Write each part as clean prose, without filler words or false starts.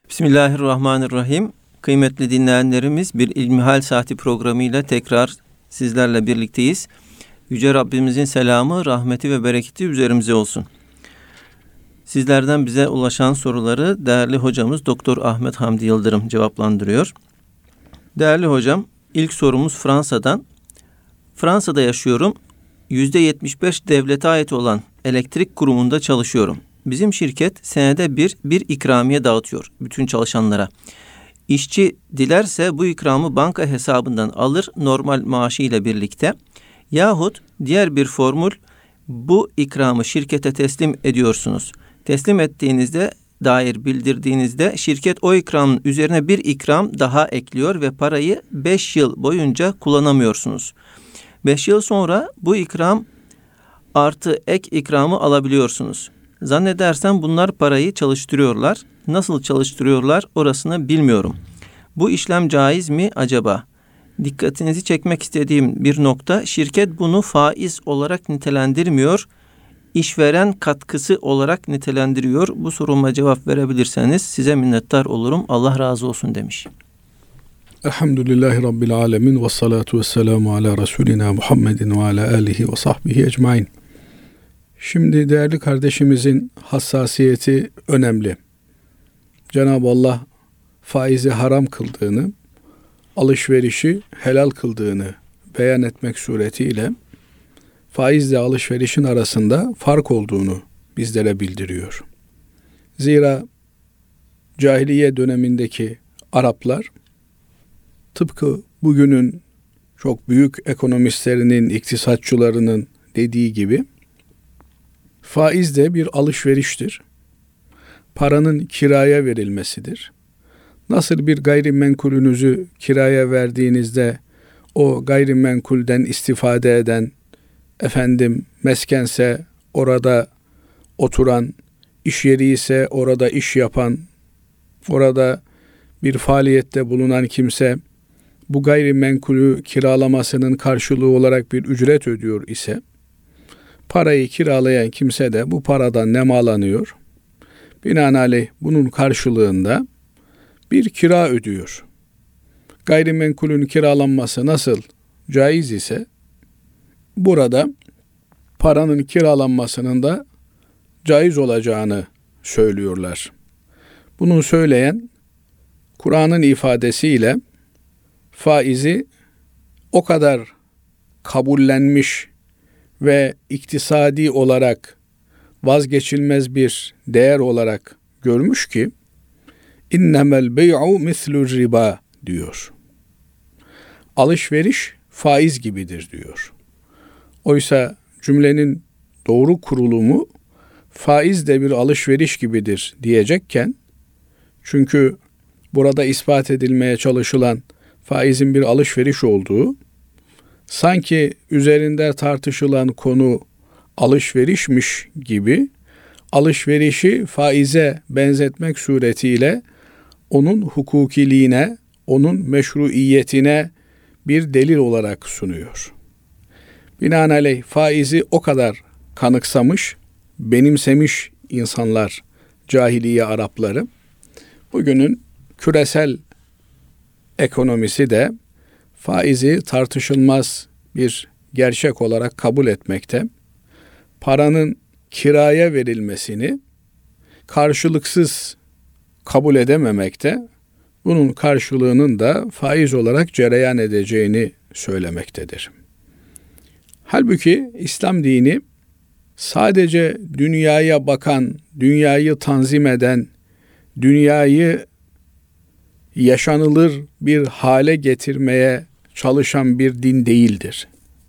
Bismillahirrahmanirrahim. Kıymetli dinleyenlerimiz, bir İlmihal Saati programıyla tekrar sizlerle birlikteyiz. Yüce Rabbimizin selamı, rahmeti ve bereketi üzerimize olsun. Sizlerden bize ulaşan soruları değerli hocamız Doktor Ahmet Hamdi Yıldırım cevaplandırıyor. Değerli hocam, ilk sorumuz Fransa'dan. Fransa'da yaşıyorum. %75 devlete ait olan elektrik kurumunda çalışıyorum. Bizim şirket senede bir ikramiye dağıtıyor bütün çalışanlara. İşçi dilerse bu ikramı banka hesabından alır normal maaşı ile birlikte. Yahut diğer bir formül, bu ikramı şirkete teslim ediyorsunuz. Teslim ettiğinizde dair bildirdiğinizde şirket o ikramın üzerine bir ikram daha ekliyor ve parayı 5 yıl boyunca kullanamıyorsunuz. 5 yıl sonra bu ikram artı ek ikramı alabiliyorsunuz. Zannedersem bunlar parayı çalıştırıyorlar. Nasıl çalıştırıyorlar orasını bilmiyorum. Bu işlem caiz mi acaba? Dikkatinizi çekmek istediğim bir nokta, şirket bunu faiz olarak nitelendirmiyor, işveren katkısı olarak nitelendiriyor. Bu soruma cevap verebilirseniz size minnettar olurum. Allah razı olsun demiş. Elhamdülillahi Rabbil alemin ve salatu ve selamu ala Resulina Muhammedin ve ala alihi ve sahbihi ecmain. Şimdi değerli kardeşimizin hassasiyeti önemli. Cenab-ı Allah faizi haram kıldığını, alışverişi helal kıldığını beyan etmek suretiyle faizle alışverişin arasında fark olduğunu bizlere bildiriyor. Zira cahiliye dönemindeki Araplar tıpkı bugünün çok büyük ekonomistlerinin, iktisatçılarının dediği gibi faiz de bir alışveriştir. Paranın kiraya verilmesidir. Nasıl bir gayrimenkulünüzü kiraya verdiğinizde o gayrimenkulden istifade eden, meskense orada oturan, iş yeri ise orada iş yapan, orada bir faaliyette bulunan kimse bu gayrimenkulü kiralamasının karşılığı olarak bir ücret ödüyor ise, parayı kiralayan kimse de bu paradan nemalanıyor. Binaenaleyh bunun karşılığında bir kira ödüyor. Gayrimenkulün kiralanması nasıl caiz ise, burada paranın kiralanmasının da caiz olacağını söylüyorlar. Bunu söyleyen, Kur'an'ın ifadesiyle faizi o kadar kabullenmiş ve iktisadi olarak vazgeçilmez bir değer olarak görmüş ki innemel bey'u mislur riba diyor. Alışveriş faiz gibidir diyor. Oysa cümlenin doğru kurulumu faiz de bir alışveriş gibidir diyecekken, çünkü burada ispat edilmeye çalışılan faizin bir alışveriş olduğu, sanki üzerinde tartışılan konu alışverişmiş gibi alışverişi faize benzetmek suretiyle onun hukukiliğine, onun meşruiyetine bir delil olarak sunuyor. Binaenaleyh faizi o kadar kanıksamış, benimsemiş insanlar, cahiliye Arapları, bugünün küresel ekonomisi de faizi tartışılmaz bir gerçek olarak kabul etmekte, paranın kiraya verilmesini karşılıksız kabul edememekte, bunun karşılığının da faiz olarak cereyan edeceğini söylemektedir. Halbuki İslam dini sadece dünyaya bakan, dünyayı tanzim eden, dünyayı yaşanılır bir hale getirmeye çalışan bir din değildir.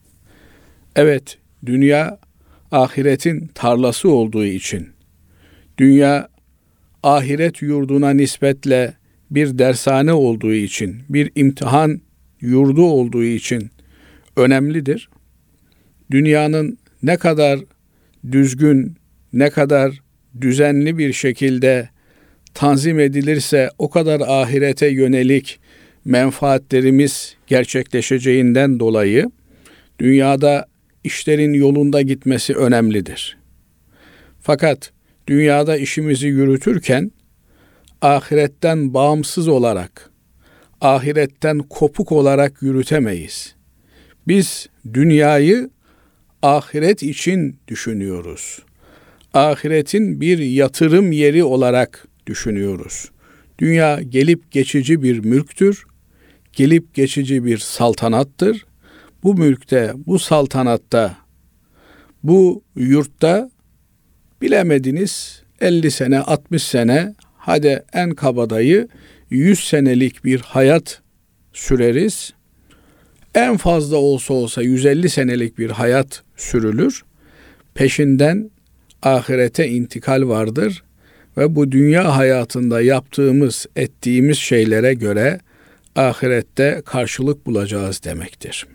Evet, dünya ahiretin tarlası olduğu için, dünya ahiret yurduna nispetle bir dershane olduğu için, bir imtihan yurdu olduğu için önemlidir. Dünyanın ne kadar düzgün, ne kadar düzenli bir şekilde tanzim edilirse o kadar ahirete yönelik menfaatlerimiz gerçekleşeceğinden dolayı dünyada işlerin yolunda gitmesi önemlidir. Fakat dünyada işimizi yürütürken ahiretten bağımsız olarak, ahiretten kopuk olarak yürütemeyiz. Biz dünyayı ahiret için düşünüyoruz. Ahiretin bir yatırım yeri olarak düşünüyoruz. Dünya gelip geçici bir mülktür, gelip geçici bir saltanattır. Bu mülkte, bu saltanatta, bu yurtta bilemediniz 50 sene, 60 sene, hadi en kabadayı 100 senelik bir hayat süreriz. En fazla olsa 150 senelik bir hayat sürülür. Peşinden ahirete intikal vardır ve bu dünya hayatında yaptığımız, ettiğimiz şeylere göre ahirette karşılık bulacağız demektir.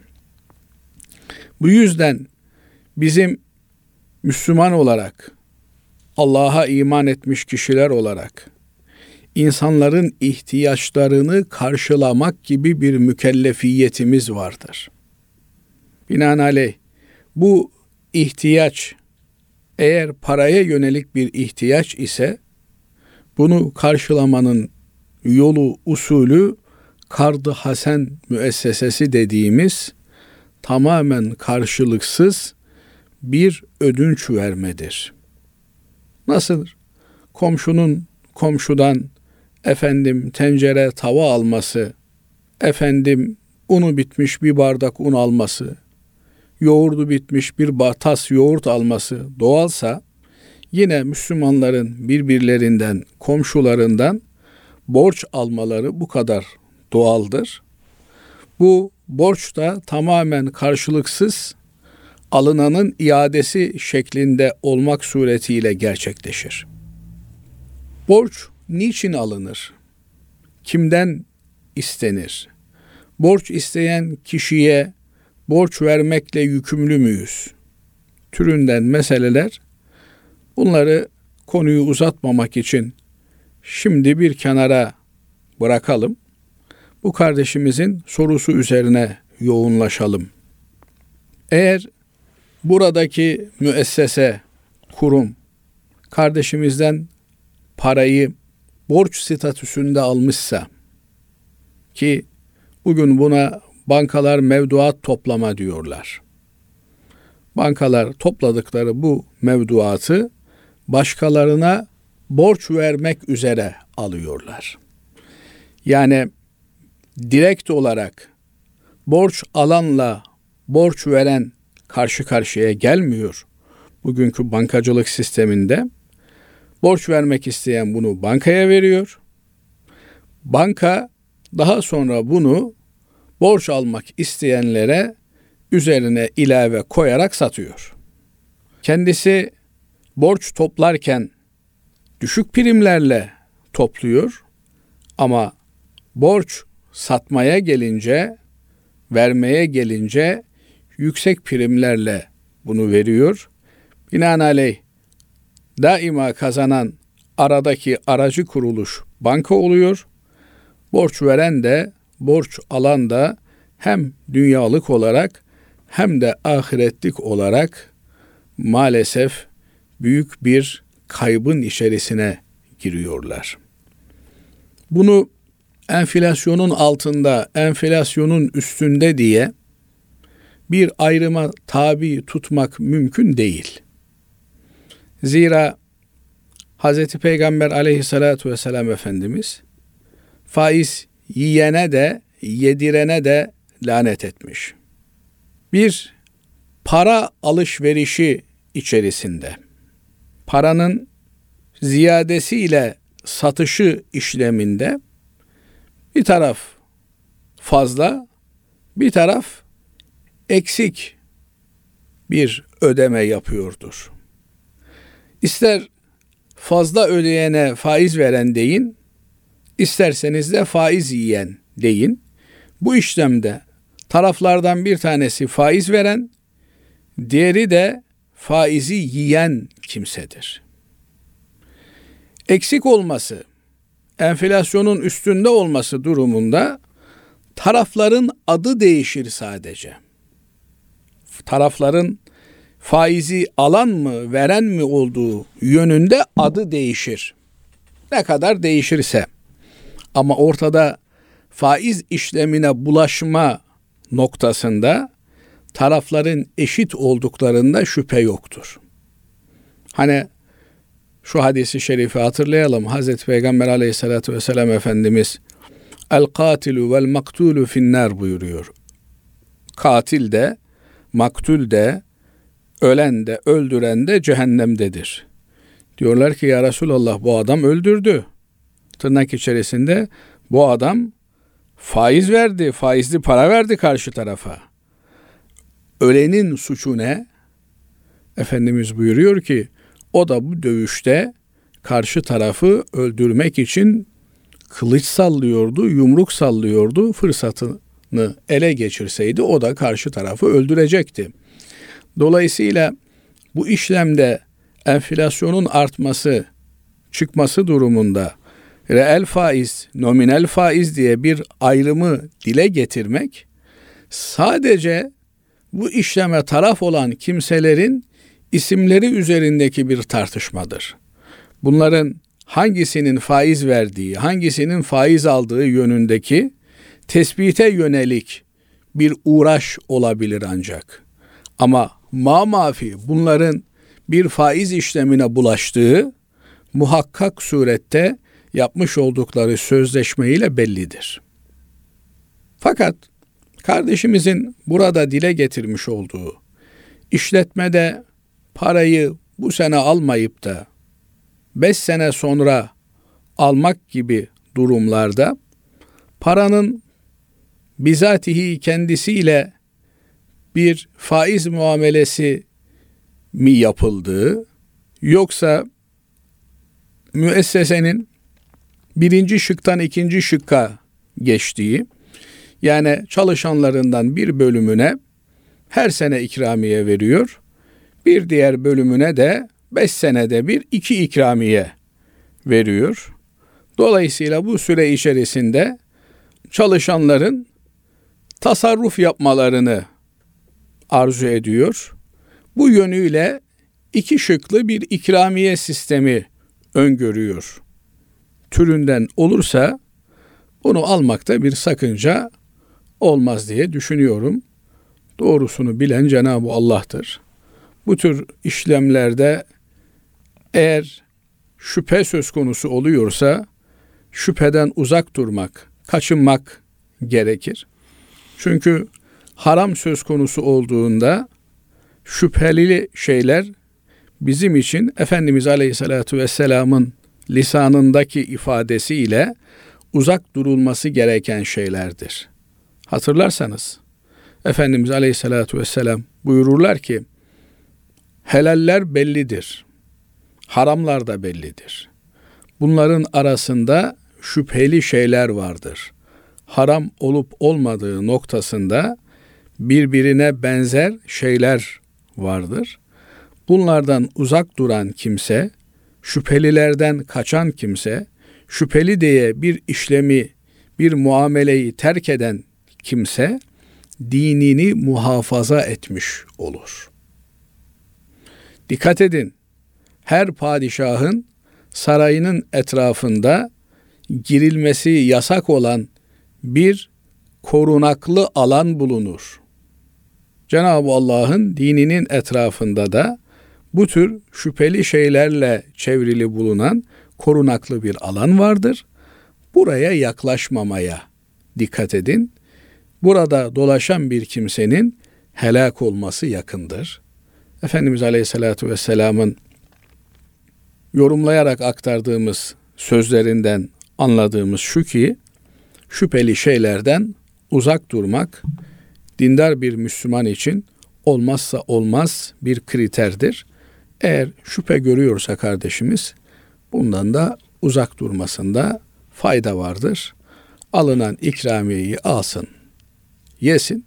Bu yüzden bizim Müslüman olarak, Allah'a iman etmiş kişiler olarak insanların ihtiyaçlarını karşılamak gibi bir mükellefiyetimiz vardır. Binaenaleyh bu ihtiyaç eğer paraya yönelik bir ihtiyaç ise bunu karşılamanın yolu, usulü kard-ı hasen müessesesi dediğimiz tamamen karşılıksız bir ödünç vermedir. Nasıl? Komşunun komşudan tencere tava alması, unu bitmiş bir bardak un alması, yoğurdu bitmiş bir tas yoğurt alması doğalsa, yine Müslümanların birbirlerinden, komşularından borç almaları bu kadar doğaldır. Bu borç da tamamen karşılıksız, alınanın iadesi şeklinde olmak suretiyle gerçekleşir. Borç niçin alınır? Kimden istenir? Borç isteyen kişiye borç vermekle yükümlü müyüz? Türünden meseleler. Bunları konuyu uzatmamak için şimdi bir kenara bırakalım. Bu kardeşimizin sorusu üzerine yoğunlaşalım. Eğer buradaki müessese, kurum kardeşimizden parayı borç statüsünde almışsa, ki bugün buna bankalar mevduat toplama diyorlar. Bankalar topladıkları bu mevduatı başkalarına borç vermek üzere alıyorlar. Yani direkt olarak borç alanla borç veren karşı karşıya gelmiyor. Bugünkü bankacılık sisteminde borç vermek isteyen bunu bankaya veriyor. Banka daha sonra bunu borç almak isteyenlere üzerine ilave koyarak satıyor. Kendisi borç toplarken düşük primlerle topluyor ama borç satmaya gelince, vermeye gelince yüksek primlerle bunu veriyor. Binaenaleyh daima kazanan aradaki aracı kuruluş banka oluyor. Borç veren de, borç alan da hem dünyalık olarak hem de ahiretlik olarak maalesef büyük bir kaybın içerisine giriyorlar. Bunu enflasyonun altında, enflasyonun üstünde diye bir ayrıma tabi tutmak mümkün değil. Zira Hz. Peygamber aleyhissalatu vesselam Efendimiz faiz yiyene de yedirene de lanet etmiş. Bir para alışverişi içerisinde paranın ziyadesiyle satışı işleminde bir taraf fazla, bir taraf eksik bir ödeme yapıyordur. İster fazla ödeyene faiz veren deyin, isterseniz de faiz yiyen deyin. Bu işlemde taraflardan bir tanesi faiz veren, diğeri de faizi yiyen kimsedir. Eksik olması, enflasyonun üstünde olması durumunda tarafların adı değişir sadece. Tarafların faizi alan mı, veren mi olduğu yönünde adı değişir. ne kadar değişirse, ama ortada faiz işlemine bulaşma noktasında tarafların eşit olduklarında şüphe yoktur. Hani şu hadisi şerifi hatırlayalım. Hazreti Peygamber aleyhissalatü vesselam Efendimiz el katilu vel maktulu finnar buyuruyor. Katil de, maktul de, ölen de, öldüren de cehennemdedir. Diyorlar ki ya Resulallah, bu adam öldürdü. Tırnak içerisinde bu adam faiz verdi, faizli para verdi karşı tarafa. Ölenin suçu ne? Efendimiz buyuruyor ki o da bu dövüşte karşı tarafı öldürmek için kılıç sallıyordu, yumruk sallıyordu. Fırsatını ele geçirseydi o da karşı tarafı öldürecekti. Dolayısıyla bu işlemde enflasyonun artması, çıkması durumunda reel faiz, nominal faiz diye bir ayrımı dile getirmek sadece bu işleme taraf olan kimselerin isimleri üzerindeki bir tartışmadır. Bunların hangisinin faiz verdiği, hangisinin faiz aldığı yönündeki tespite yönelik bir uğraş olabilir ancak. Ama mamafi bunların bir faiz işlemine bulaştığı muhakkak surette yapmış oldukları sözleşmeyle bellidir. Fakat kardeşimizin burada dile getirmiş olduğu işletmede parayı bu sene almayıp da 5 sene sonra almak gibi durumlarda paranın bizatihi kendisiyle bir faiz muamelesi mi yapıldığı, yoksa müessesenin birinci şıktan ikinci şıkka geçtiği, yani çalışanlarından bir bölümüne her sene ikramiye veriyor, bir diğer bölümüne de 5 senede bir 2 ikramiye veriyor. Dolayısıyla bu süre içerisinde çalışanların tasarruf yapmalarını arzu ediyor. Bu yönüyle 2 şıklı bir ikramiye sistemi öngörüyor. Türünden olursa bunu almakta bir sakınca olmaz diye düşünüyorum. Doğrusunu bilen Cenab-ı Allah'tır. Bu tür işlemlerde eğer şüphe söz konusu oluyorsa şüpheden uzak durmak, kaçınmak gerekir. Çünkü haram söz konusu olduğunda şüpheli şeyler bizim için Efendimiz Aleyhisselatü Vesselam'ın lisanındaki ifadesiyle uzak durulması gereken şeylerdir. Hatırlarsanız Efendimiz Aleyhisselatü Vesselam buyururlar ki helaller bellidir, haramlar da bellidir. Bunların arasında şüpheli şeyler vardır. Haram olup olmadığı noktasında birbirine benzer şeyler vardır. Bunlardan uzak duran kimse, şüphelilerden kaçan kimse, şüpheli diye bir işlemi, bir muameleyi terk eden kimse, dinini muhafaza etmiş olur. Dikkat edin, her padişahın sarayının etrafında girilmesi yasak olan bir korunaklı alan bulunur. Cenab-ı Allah'ın dininin etrafında da bu tür şüpheli şeylerle çevrili bulunan korunaklı bir alan vardır. Buraya yaklaşmamaya dikkat edin. Burada dolaşan bir kimsenin helak olması yakındır. Efendimiz Aleyhisselatü Vesselam'ın yorumlayarak aktardığımız sözlerinden anladığımız şu ki, şüpheli şeylerden uzak durmak dindar bir Müslüman için olmazsa olmaz bir kriterdir. Eğer şüphe görüyorsa kardeşimiz, bundan da uzak durmasında fayda vardır. Alınan ikramiyeyi alsın, yesin,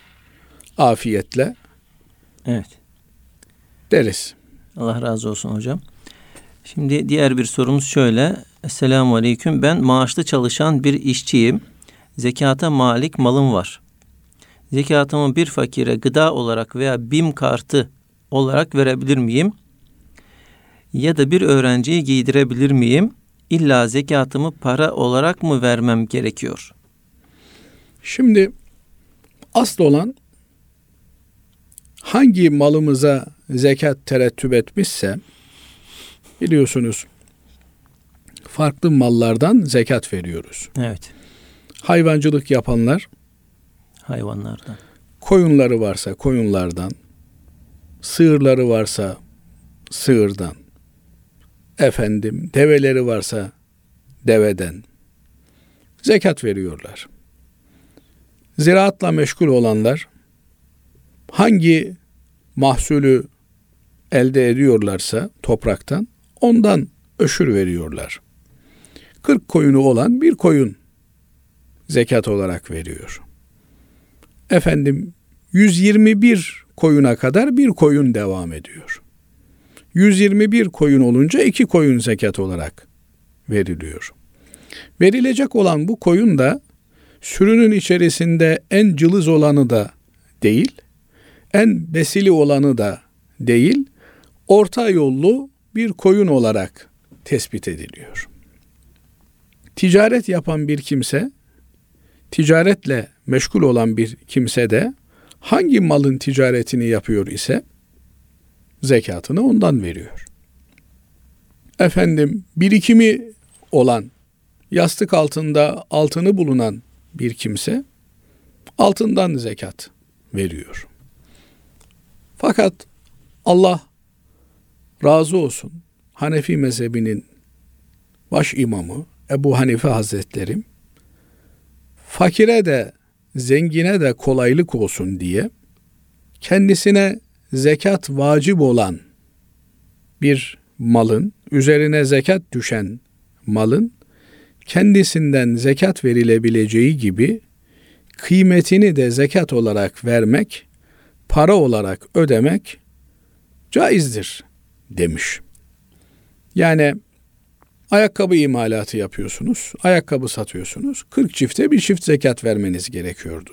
afiyetle Evet. deriz. Allah razı olsun hocam. Şimdi diğer bir sorumuz şöyle. Esselamu Aleyküm. Ben maaşlı çalışan bir işçiyim. Zekata malik malım var. Zekatımı bir fakire gıda olarak veya BİM kartı olarak verebilir miyim? Ya da bir öğrenciyi giydirebilir miyim? İlla zekatımı para olarak mı vermem gerekiyor? Şimdi asıl olan hangi malımıza zekat terettüp etmişse, biliyorsunuz farklı mallardan zekat veriyoruz. Evet. Hayvancılık yapanlar Hayvanlardan. koyunları varsa koyunlardan, sığırları varsa sığırdan, develeri varsa deveden zekat veriyorlar. Ziraatla meşgul olanlar hangi mahsulü elde ediyorlarsa topraktan ondan öşür veriyorlar. 40 koyunu olan bir koyun zekat olarak veriyor. 121 koyuna kadar bir koyun devam ediyor. 121 koyun olunca 2 koyun zekat olarak veriliyor. Verilecek olan bu koyun da sürünün içerisinde en cılız olanı da değil, en besili olanı da değil, orta yollu bir koyun olarak tespit ediliyor. Ticaret yapan bir kimse, ticaretle meşgul olan bir kimse de hangi malın ticaretini yapıyor ise zekatını ondan veriyor. Birikimi olan, yastık altında altını bulunan bir kimse altından zekat veriyor. Fakat Allah razı olsun, Hanefi mezhebinin baş imamı Ebu Hanife Hazretleri, fakire de zengine de kolaylık olsun diye kendisine zekat vacip olan bir malın, üzerine zekat düşen malın kendisinden zekat verilebileceği gibi kıymetini de zekat olarak vermek, para olarak ödemek caizdir demiş. Yani ayakkabı imalatı yapıyorsunuz, ayakkabı satıyorsunuz, 40 çifte bir çift zekat vermeniz gerekiyordu.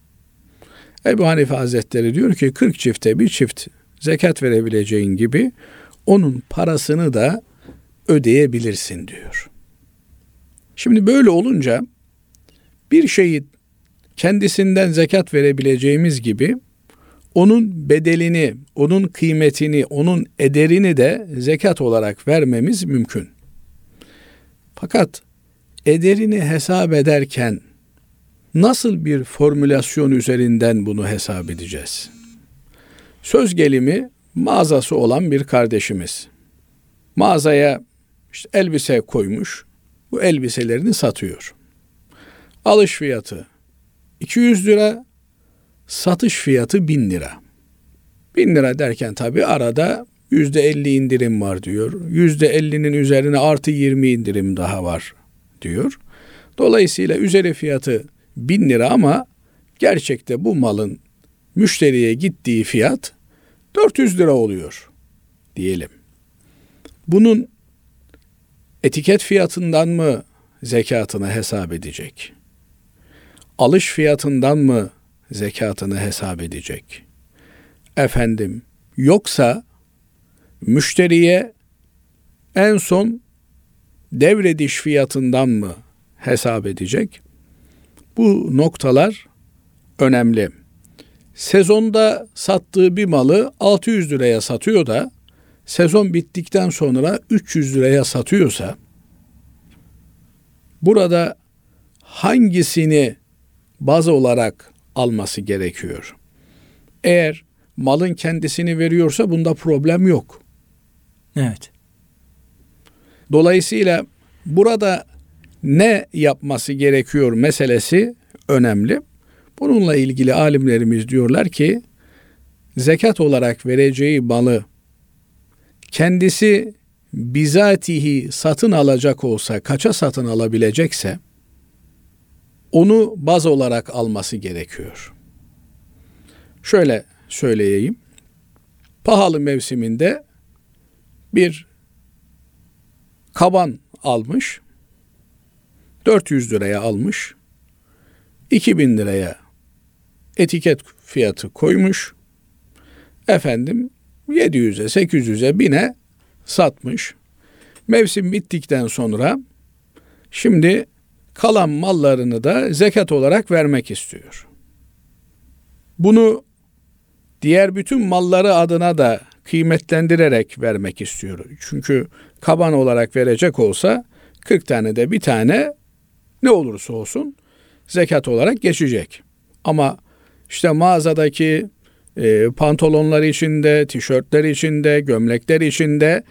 Ebu Hanife Hazretleri diyor ki 40 çifte bir çift zekat verebileceğin gibi onun parasını da ödeyebilirsin diyor. Şimdi böyle olunca bir şeyi kendisinden zekat verebileceğimiz gibi onun bedelini, onun kıymetini, onun ederini de zekat olarak vermemiz mümkün. Fakat ederini hesap ederken nasıl bir formülasyon üzerinden bunu hesap edeceğiz? Söz gelimi mağazası olan bir kardeşimiz mağazaya elbise koymuş, bu elbiselerini satıyor. Alış fiyatı 200 lira, satış fiyatı 1000 lira. 1000 lira derken tabii arada %50 indirim var diyor. %50'nin üzerine artı 20 indirim daha var diyor. Dolayısıyla üzeri fiyatı 1000 lira ama gerçekte bu malın müşteriye gittiği fiyat 400 lira oluyor diyelim. Bunun etiket fiyatından mı zekatını hesap edecek? Alış fiyatından mı zekatını hesap edecek? Yoksa müşteriye en son devrediş fiyatından mı hesap edecek? Bu noktalar önemli. Sezonda sattığı bir malı 600 liraya satıyor da sezon bittikten sonra 300 liraya satıyorsa burada hangisini baz olarak alması gerekiyor? Eğer malın kendisini veriyorsa bunda problem yok. Evet. Dolayısıyla burada ne yapması gerekiyor meselesi önemli. Bununla ilgili alimlerimiz diyorlar ki zekat olarak vereceği malı kendisi bizatihi satın alacak olsa, kaça satın alabilecekse onu baz olarak alması gerekiyor. Şöyle söyleyeyim. Pahalı mevsiminde bir kaban almış, 400 liraya almış, 2000 liraya etiket fiyatı koymuş, 700'e, 800'e, 1000'e satmış. Mevsim bittikten sonra şimdi kalan mallarını da zekat olarak vermek istiyor. Bunu diğer bütün malları adına da kıymetlendirerek vermek istiyor. Çünkü kaban olarak verecek olsa 40 tane de bir tane ne olursa olsun zekat olarak geçecek. Ama işte mağazadaki pantolonlar içinde, tişörtler içinde, gömlekler içinde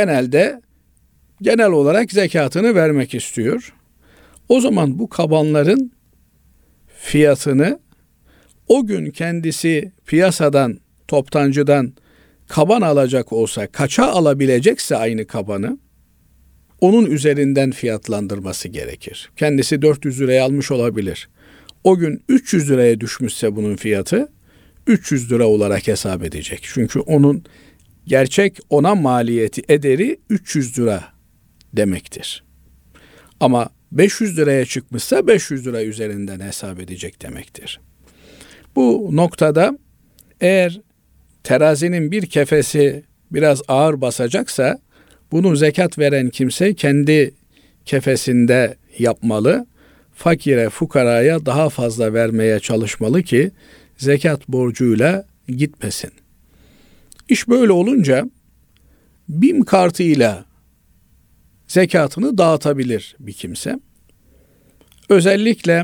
genel olarak zekatını vermek istiyor. O zaman bu kabanların fiyatını o gün kendisi piyasadan, toptancıdan kaban alacak olsa, kaça alabilecekse aynı kabanı, onun üzerinden fiyatlandırması gerekir. Kendisi 400 liraya almış olabilir. O gün 300 liraya düşmüşse bunun fiyatı 300 lira olarak hesap edecek. Çünkü onun gerçek ona maliyeti, ederi 300 lira demektir. Ama 500 liraya çıkmışsa 500 lira üzerinden hesap edecek demektir. Bu noktada eğer terazinin bir kefesi biraz ağır basacaksa bunu zekat veren kimse kendi kefesinde yapmalı. Fakire, fukaraya daha fazla vermeye çalışmalı ki zekat borcuyla gitmesin. İş böyle olunca BİM kartıyla zekatını dağıtabilir bir kimse. Özellikle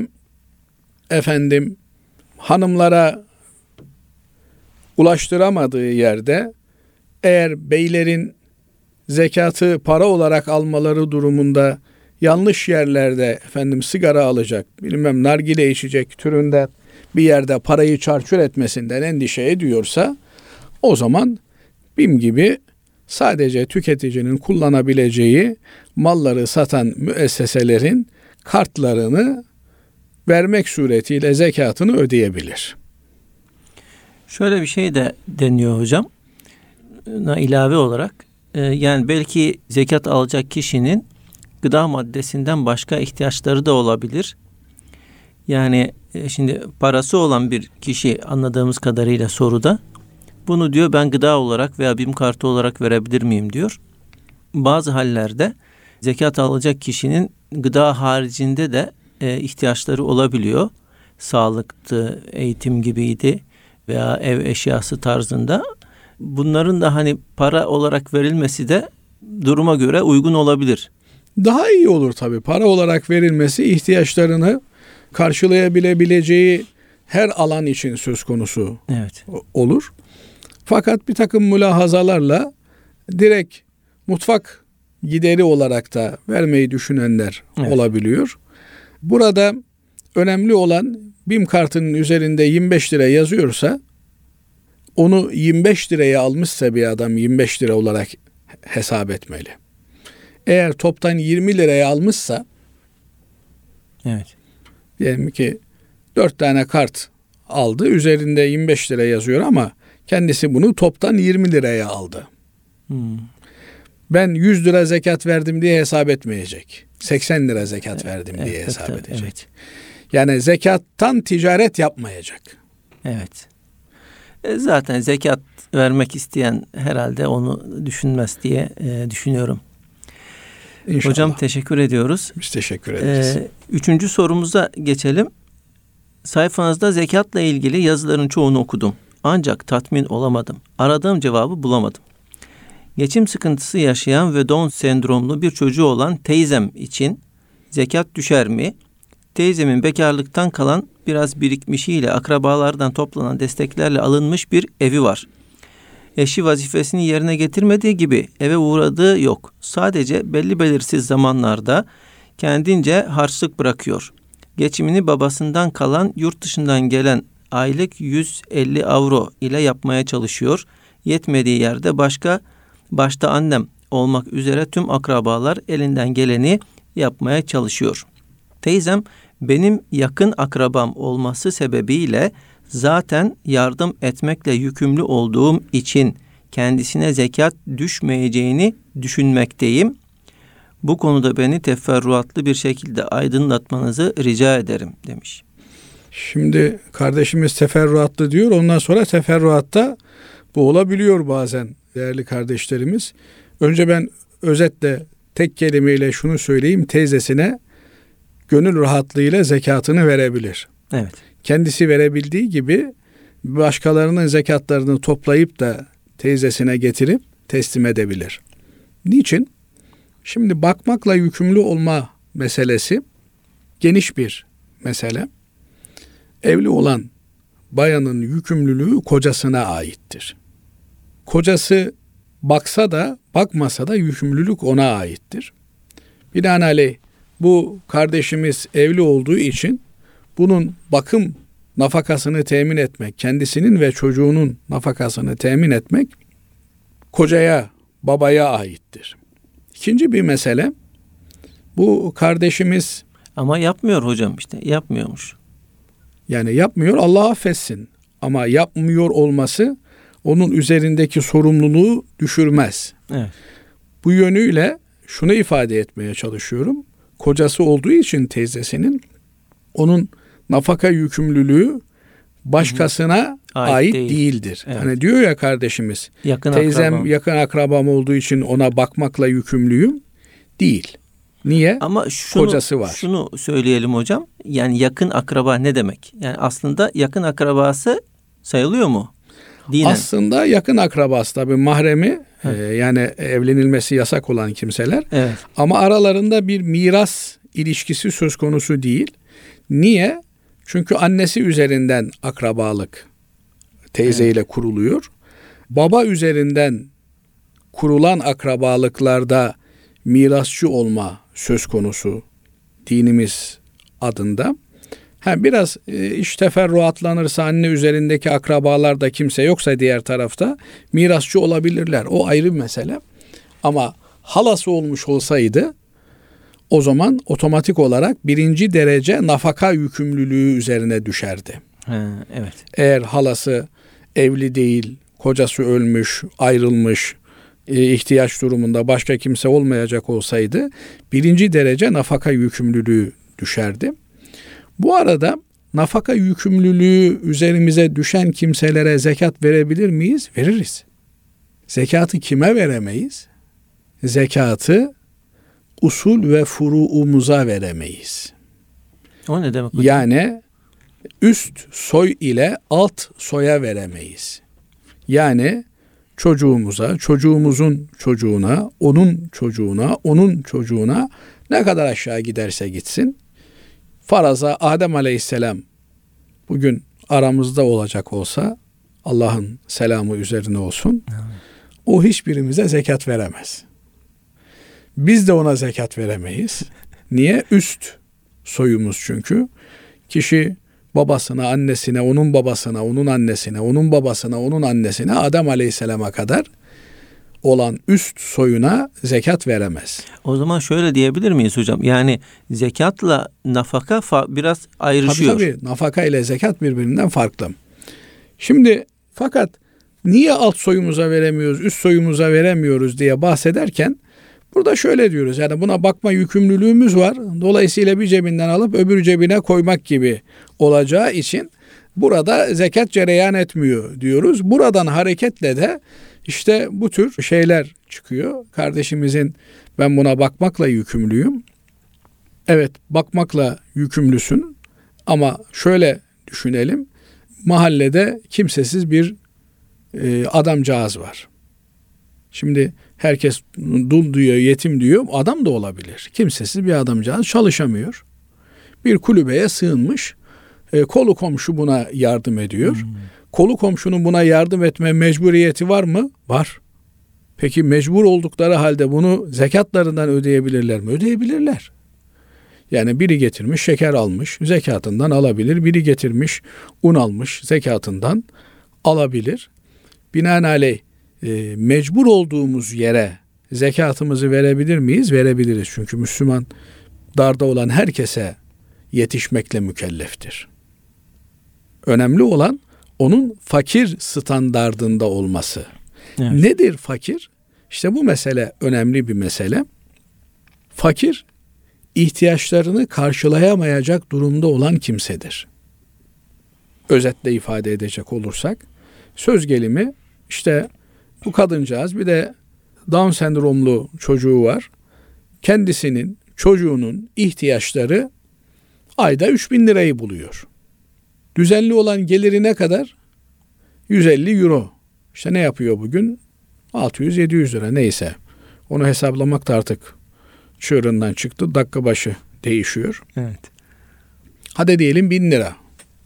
hanımlara ulaştıramadığı yerde eğer beylerin zekatı para olarak almaları durumunda yanlış yerlerde sigara alacak, nargile içecek türünden bir yerde parayı çarçur etmesinden endişe ediyorsa o zaman BİM gibi sadece tüketicinin kullanabileceği malları satan müesseselerin kartlarını vermek suretiyle zekatını ödeyebilir. Şöyle bir şey de deniyor hocam. İlave olarak yani belki zekat alacak kişinin gıda maddesinden başka ihtiyaçları da olabilir. Yani şimdi parası olan bir kişi anladığımız kadarıyla soruda bunu diyor ben gıda olarak veya BİM kartı olarak verebilir miyim diyor. Bazı hallerde zekat alacak kişinin gıda haricinde de ihtiyaçları olabiliyor. Sağlıktı, eğitim gibiydi veya ev eşyası tarzında. Bunların da para olarak verilmesi de duruma göre uygun olabilir. Daha iyi olur tabii. Para olarak verilmesi ihtiyaçlarını karşılayabileceği her alan için söz konusu olur. Fakat bir takım mülahazalarla direkt mutfak gideri olarak da vermeyi düşünenler olabiliyor. Burada önemli olan BİM kartının üzerinde 25 lira yazıyorsa onu 25 liraya almışsa bir adam 25 lira olarak hesap etmeli. Eğer toptan 20 liraya almışsa diyelim ki 4 tane kart aldı. Üzerinde 25 lira yazıyor ama kendisi bunu toptan 20 liraya aldı. Ben 100 lira zekat verdim diye hesap etmeyecek. 80 lira zekat verdim diye hesap edecek. Evet. Yani zekattan ticaret yapmayacak. Evet. Zaten zekat vermek isteyen herhalde onu düşünmez diye düşünüyorum. İnşallah. Hocam teşekkür ediyoruz. Biz teşekkür ederiz. 3. sorumuza geçelim. Sayfanızda zekatla ilgili yazıların çoğunu okudum. Ancak tatmin olamadım. Aradığım cevabı bulamadım. Geçim sıkıntısı yaşayan ve Down sendromlu bir çocuğu olan teyzem için zekat düşer mi? Teyzemin bekarlıktan kalan biraz birikmişiyle akrabalardan toplanan desteklerle alınmış bir evi var. Eşi vazifesini yerine getirmediği gibi eve uğradığı yok. Sadece belli belirsiz zamanlarda kendince harçlık bırakıyor. Geçimini babasından kalan yurt dışından gelen aylık 150 avro ile yapmaya çalışıyor. Yetmediği yerde başta annem olmak üzere tüm akrabalar elinden geleni yapmaya çalışıyor. Teyzem benim yakın akrabam olması sebebiyle zaten yardım etmekle yükümlü olduğum için kendisine zekat düşmeyeceğini düşünmekteyim. Bu konuda beni teferruatlı bir şekilde aydınlatmanızı rica ederim demiş. Şimdi kardeşimiz teferruatlı diyor. Ondan sonra teferruatta bu olabiliyor bazen değerli kardeşlerimiz. Önce ben özetle tek kelimeyle şunu söyleyeyim, teyzesine gönül rahatlığıyla zekatını verebilir. Evet. Kendisi verebildiği gibi başkalarının zekatlarını toplayıp da teyzesine getirip teslim edebilir. Niçin? Şimdi bakmakla yükümlü olma meselesi geniş bir mesele. Evli olan bayanın yükümlülüğü kocasına aittir. Kocası baksa da bakmasa da yükümlülük ona aittir. Binaenaleyh bu kardeşimiz evli olduğu için bunun bakım nafakasını temin etmek, kendisinin ve çocuğunun nafakasını temin etmek kocaya, babaya aittir. İkinci bir mesele, bu kardeşimiz ama yapmıyor hocam, işte yapmıyormuş. Yani yapmıyor, Allah affetsin. Ama yapmıyor olması onun üzerindeki sorumluluğu düşürmez. Evet. Bu yönüyle şunu ifade etmeye çalışıyorum. Kocası olduğu için teyzesinin, onun nafaka yükümlülüğü başkasına ait değildir. Evet. Hani diyor ya kardeşimiz, yakın teyzem akrabam. yakın akrabam olduğu için ona bakmakla yükümlüyüm. Değil. Niye? Ama kocası var. Şunu söyleyelim hocam. Yani yakın akraba ne demek? Yani aslında yakın akrabası sayılıyor mu? Dinen. Aslında yakın akrabası tabii, mahremi yani evlenilmesi yasak olan kimseler. Evet. Ama aralarında bir miras ilişkisi söz konusu değil. Niye? Çünkü annesi üzerinden akrabalık teyzeyle kuruluyor. Baba üzerinden kurulan akrabalıklarda mirasçı olma söz konusu dinimiz adında. Biraz iş teferruatlanırsa, anne üzerindeki akrabalarda kimse yoksa diğer tarafta mirasçı olabilirler. O ayrı bir mesele. Ama halası olmuş olsaydı o zaman otomatik olarak 1. derece nafaka yükümlülüğü üzerine düşerdi. Evet. Eğer halası evli değil, kocası ölmüş, ayrılmış, ihtiyaç durumunda başka kimse olmayacak olsaydı 1. derece nafaka yükümlülüğü düşerdi. Bu arada nafaka yükümlülüğü üzerimize düşen kimselere zekat verebilir miyiz? Veririz. Zekatı kime veremeyiz? Zekatı usul ve furuumuza veremeyiz. O ne demek hocam? Yani üst soy ile alt soya veremeyiz. Yani çocuğumuza, çocuğumuzun çocuğuna, onun çocuğuna, onun çocuğuna ne kadar aşağı giderse gitsin. Faraza Adem Aleyhisselam bugün aramızda olacak olsa, Allah'ın selamı üzerine olsun, o hiçbirimize zekat veremez. Biz de ona zekat veremeyiz. Niye? Üst soyumuz çünkü. Kişi babasına, annesine, onun babasına, onun annesine, onun babasına, onun annesine, Adem Aleyhisselam'a kadar olan üst soyuna zekat veremez. O zaman şöyle diyebilir miyiz hocam? Yani zekatla nafaka biraz ayrışıyor. Tabii. Nafaka ile zekat birbirinden farklı. Şimdi fakat niye alt soyumuza veremiyoruz, üst soyumuza veremiyoruz diye bahsederken burada şöyle diyoruz. Yani buna bakma yükümlülüğümüz var. Dolayısıyla bir cebinden alıp öbür cebine koymak gibi olacağı için burada zekat cereyan etmiyor diyoruz. Buradan hareketle de işte bu tür şeyler çıkıyor. Kardeşimizin ben buna bakmakla yükümlüyüm. Evet, bakmakla yükümlüsün ama şöyle düşünelim. Mahallede kimsesiz bir adamcağız var. Şimdi herkes dul diyor, yetim diyor. Adam da olabilir. Kimsesiz bir adamcağız, çalışamıyor. Bir kulübeye sığınmış. Kolu komşu buna yardım ediyor. Kolu komşunun buna yardım etme mecburiyeti var mı? Var. Peki mecbur oldukları halde bunu zekatlarından ödeyebilirler mi? Ödeyebilirler. Yani biri getirmiş şeker almış, zekatından alabilir. Biri getirmiş un almış, zekatından alabilir. Binaenaleyh mecbur olduğumuz yere zekatımızı verebilir miyiz? Verebiliriz. Çünkü Müslüman darda olan herkese yetişmekle mükelleftir. Önemli olan onun fakir standardında olması. Evet. Nedir fakir? İşte bu mesele önemli bir mesele. Fakir, ihtiyaçlarını karşılayamayacak durumda olan kimsedir. Özetle ifade edecek olursak, söz gelimi işte bu kadıncağız bir de Down sendromlu çocuğu var. kendisinin, çocuğunun ihtiyaçları ayda 3.000 lirayı buluyor. Düzenli olan geliri ne kadar? 150 euro. İşte ne yapıyor bugün? 600-700 lira neyse. Onu hesaplamak da artık çığırından çıktı. Dakika başı değişiyor. Evet. Hadi diyelim 1.000 lira.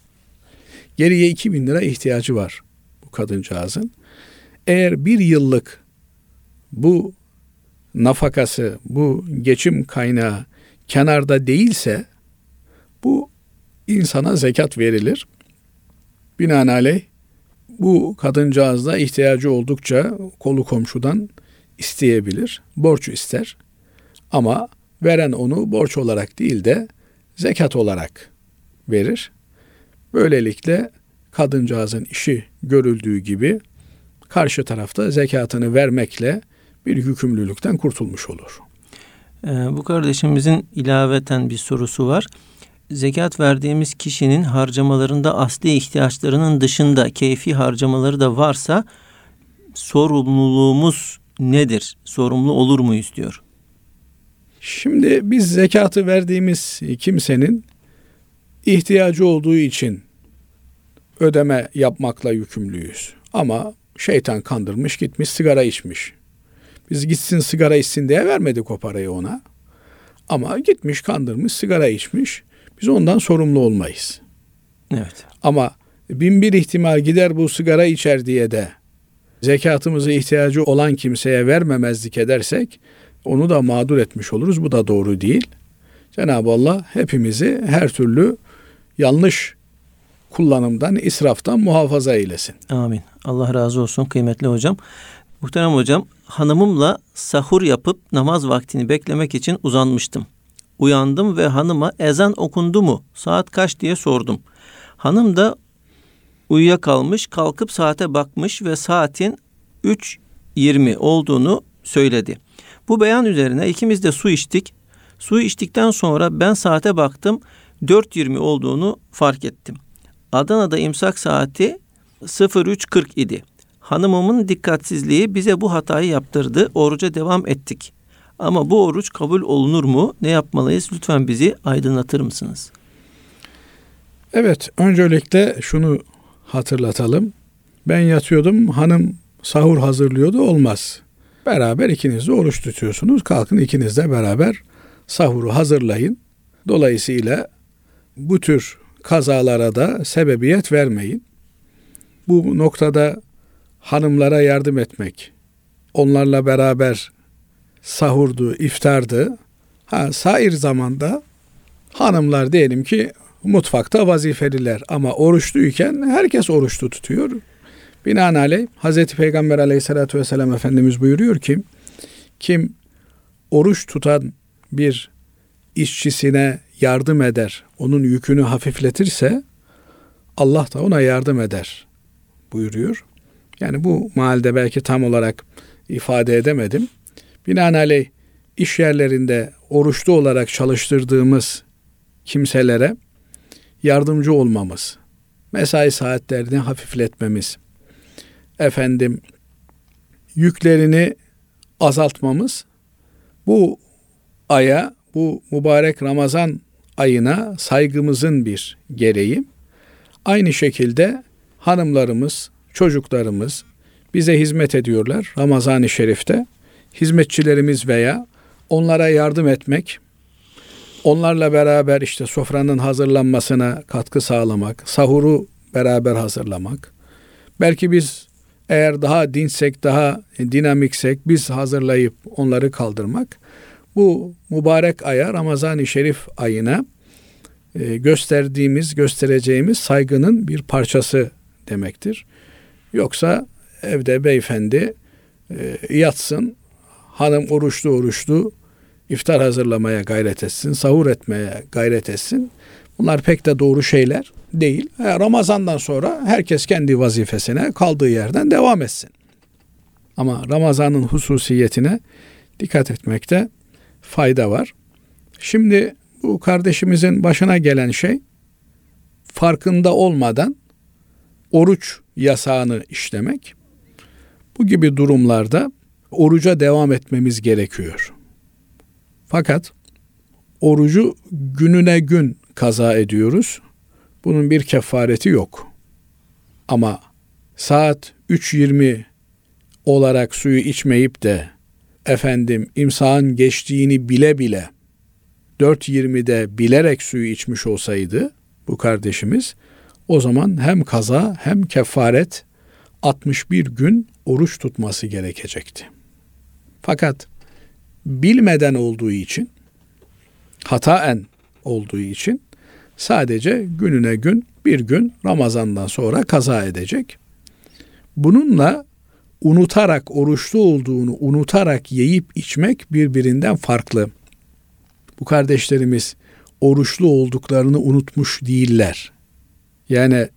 Geriye 2.000 lira ihtiyacı var bu kadıncağızın. Eğer bir yıllık bu nafakası, bu geçim kaynağı kenarda değilse bu insana zekat verilir. Binaenaleyh bu kadıncağız da ihtiyacı oldukça kolu komşudan isteyebilir. Borç ister. Ama veren onu borç olarak değil de zekat olarak verir. Böylelikle kadıncağızın işi görüldüğü gibi karşı tarafta zekatını vermekle bir yükümlülükten kurtulmuş olur. Bu kardeşimizin ilaveten bir sorusu var. Zekat verdiğimiz kişinin harcamalarında asli ihtiyaçlarının dışında keyfi harcamaları da varsa sorumluluğumuz nedir? Sorumlu olur muyuz diyor. Şimdi biz zekatı verdiğimiz kimsenin ihtiyacı olduğu için ödeme yapmakla yükümlüyüz. Ama şeytan kandırmış, gitmiş sigara içmiş. Biz gitsin sigara içsin diye vermedik o parayı ona. Ama gitmiş kandırmış, sigara içmiş. Biz ondan sorumlu olmayız. Evet. Ama 1001 ihtimal gider bu sigara içer diye de zekatımızı ihtiyacı olan kimseye vermemezlik edersek onu da mağdur etmiş oluruz. Bu da doğru değil. Cenab-ı Allah hepimizi her türlü yanlış kullanımdan, israftan muhafaza eylesin. Amin. Allah razı olsun kıymetli hocam. Muhterem hocam, hanımımla sahur yapıp namaz vaktini beklemek için uzanmıştım. Uyandım ve hanıma ezan okundu mu, saat kaç diye sordum. Hanım da uyuyakalmış, kalkıp saate bakmış ve saatin 3:20 olduğunu söyledi. Bu beyan üzerine ikimiz de su içtik. Su içtikten sonra ben saate baktım, 4:20 olduğunu fark ettim. Adana'da imsak saati 03:40 idi. Hanımımın dikkatsizliği bize bu hatayı yaptırdı. Oruca devam ettik. Ama bu oruç kabul olunur mu? Ne yapmalıyız? Lütfen bizi aydınlatır mısınız? Evet, öncelikle şunu hatırlatalım. Ben yatıyordum, hanım sahur hazırlıyordu, olmaz. Beraber ikiniz de oruç tutuyorsunuz. Kalkın ikiniz de beraber sahuru hazırlayın. Dolayısıyla bu tür kazalara da sebebiyet vermeyin. Bu noktada hanımlara yardım etmek, onlarla beraber sahurdu, iftardı. Sair zamanda hanımlar diyelim ki mutfakta vazifeliler ama oruçluyken herkes oruçlu tutuyor. Binaenaleyh Hazreti Peygamber Aleyhisselatü Vesselam Efendimiz buyuruyor ki kim oruç tutan bir işçisine yardım eder, onun yükünü hafifletirse Allah da ona yardım eder buyuruyor. Yani bu mealde belki tam olarak ifade edemedim. Binaenaleyh iş yerlerinde oruçlu olarak çalıştırdığımız kimselere yardımcı olmamız, mesai saatlerini hafifletmemiz, yüklerini azaltmamız bu aya, bu mübarek Ramazan ayına saygımızın bir gereği. Aynı şekilde hanımlarımız, çocuklarımız bize hizmet ediyorlar Ramazan-ı Şerif'te. Hizmetçilerimiz veya onlara yardım etmek, onlarla beraber işte sofranın hazırlanmasına katkı sağlamak, sahuru beraber hazırlamak. Belki biz eğer daha dinçsek, daha dinamiksek biz hazırlayıp onları kaldırmak. Bu mübarek aya, Ramazan-ı Şerif ayına göstereceğimiz saygının bir parçası demektir. Yoksa evde beyefendi yatsın, hanım oruçlu iftar hazırlamaya gayret etsin, sahur etmeye gayret etsin. Bunlar pek de doğru şeyler değil. Ramazan'dan sonra herkes kendi vazifesine kaldığı yerden devam etsin. Ama Ramazan'ın hususiyetine dikkat etmekte fayda var. Şimdi bu kardeşimizin başına gelen şey farkında olmadan oruç yasağını işlemek. Bu gibi durumlarda oruca devam etmemiz gerekiyor. Fakat orucu gününe gün kaza ediyoruz. Bunun bir kefareti yok. Ama saat 3:20 olarak suyu içmeyip de imsakın geçtiğini bile bile 4:20'de bilerek suyu içmiş olsaydı bu kardeşimiz, o zaman hem kaza hem kefaret 61 gün oruç tutması gerekecekti. Fakat bilmeden olduğu için, hataen olduğu için sadece gününe gün bir gün Ramazan'dan sonra kaza edecek. Bununla unutarak, oruçlu olduğunu unutarak yiyip içmek birbirinden farklı. Bu kardeşlerimiz oruçlu olduklarını unutmuş değiller. Yani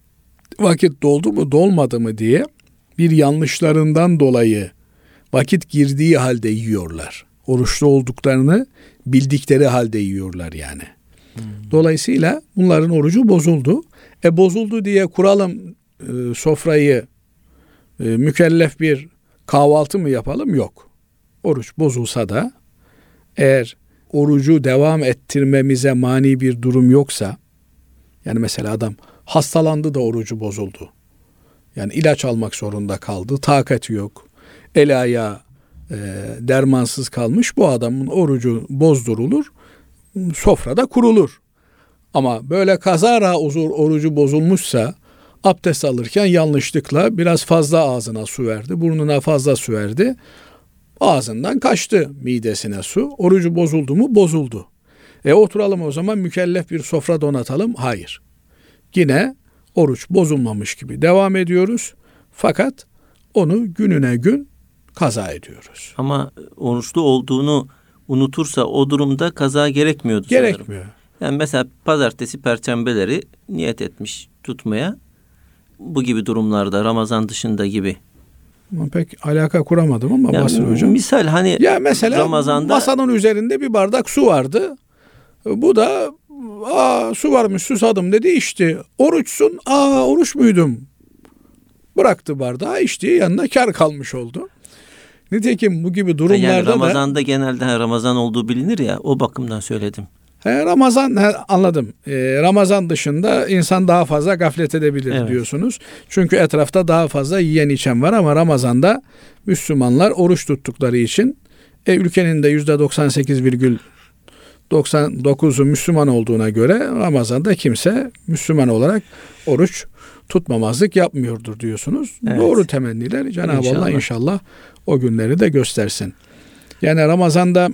vakit doldu mu dolmadı mı diye bir yanlışlarından dolayı vakit girdiği halde yiyorlar. Oruçlu olduklarını bildikleri halde yiyorlar yani. Dolayısıyla bunların orucu bozuldu. Bozuldu diye kuralım sofrayı, mükellef bir kahvaltı mı yapalım? Yok. Oruç bozulsa da eğer orucu devam ettirmemize mani bir durum yoksa, yani mesela adam hastalandı da orucu bozuldu. Yani ilaç almak zorunda kaldı, takati yok, el ayağı dermansız kalmış, bu adamın orucu bozdurulur, sofrada kurulur. Ama böyle kazara orucu bozulmuşsa, abdest alırken yanlışlıkla biraz fazla ağzına su verdi, burnuna fazla su verdi, ağzından kaçtı midesine su, orucu bozuldu mu? Bozuldu. Oturalım o zaman mükellef bir sofra donatalım. Hayır. Yine oruç bozulmamış gibi devam ediyoruz. Fakat onu gününe gün kaza ediyoruz. Ama oruçlu olduğunu unutursa o durumda kaza gerekmiyordu sanırım. Gerekmiyor. Yani mesela pazartesi, perşembeleri niyet etmiş tutmaya. Bu gibi durumlarda, Ramazan dışında gibi. Pek alaka kuramadım ama yani Basri Hocam. Misal hani ya mesela Ramazan'da masanın üzerinde bir bardak su vardı. Bu da su varmış, susadım dedi, içti. Oruçsun. Oruç muydum? Bıraktı bardağı, içti, yanına kar kalmış oldu. Nitekim bu gibi durumlarda yani Ramazan'da da genelde Ramazan olduğu bilinir ya, o bakımdan söyledim. Ramazan anladım. Ramazan dışında insan daha fazla gaflet edebilir diyorsunuz. Çünkü etrafta daha fazla yiyen içen var ama Ramazan'da Müslümanlar oruç tuttukları için ülkenin de %98,99'u Müslüman olduğuna göre Ramazan'da kimse Müslüman olarak oruç tutmamazlık yapmıyordur diyorsunuz. Evet. Doğru temenniler. Cenab-ı Allah inşallah o günleri de göstersin. Yani Ramazan'da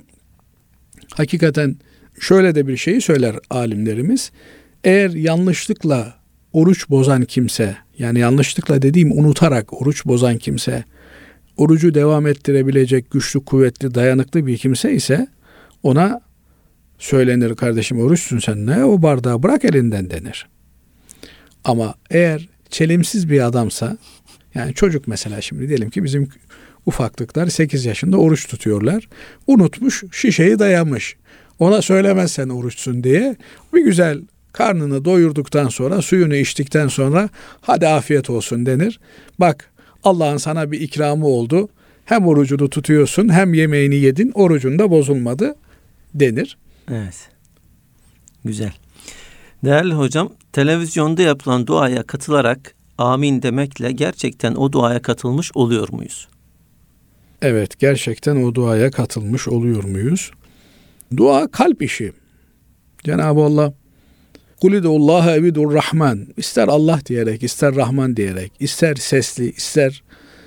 hakikaten şöyle de bir şeyi söyler alimlerimiz. Eğer yanlışlıkla oruç bozan kimse, yani yanlışlıkla dediğim unutarak oruç bozan kimse, orucu devam ettirebilecek güçlü, kuvvetli, dayanıklı bir kimse ise ona söylenir, kardeşim oruçsun sen, ne o bardağı bırak elinden denir. Ama eğer çelimsiz bir adamsa, yani çocuk mesela, şimdi diyelim ki bizim ufaklıklar 8 yaşında oruç tutuyorlar. Unutmuş, şişeyi dayamış. Ona söylemezsen oruçsun diye bir güzel karnını doyurduktan sonra, suyunu içtikten sonra hadi afiyet olsun denir. Bak Allah'ın sana bir ikramı oldu. Hem orucunu tutuyorsun hem yemeğini yedin, orucun da bozulmadı denir. Evet. Güzel. Değerli hocam, televizyonda yapılan duaya katılarak amin demekle gerçekten o duaya katılmış oluyor muyuz? Evet, gerçekten o duaya katılmış oluyor muyuz? Dua kalp işi. Cenab-ı Allah Kulidullaha evidur Rahman, ister Allah diyerek, ister Rahman diyerek, ister sesli, ister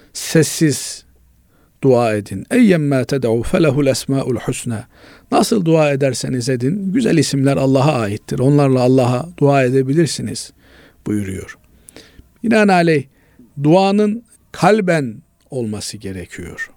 sessiz dua edin. Eyyemmâ ted'u felehul esmâul husna. Nasıl dua ederseniz edin, güzel isimler Allah'a aittir. Onlarla Allah'a dua edebilirsiniz buyuruyor. Binaenaleyh duanın kalben olması gerekiyor.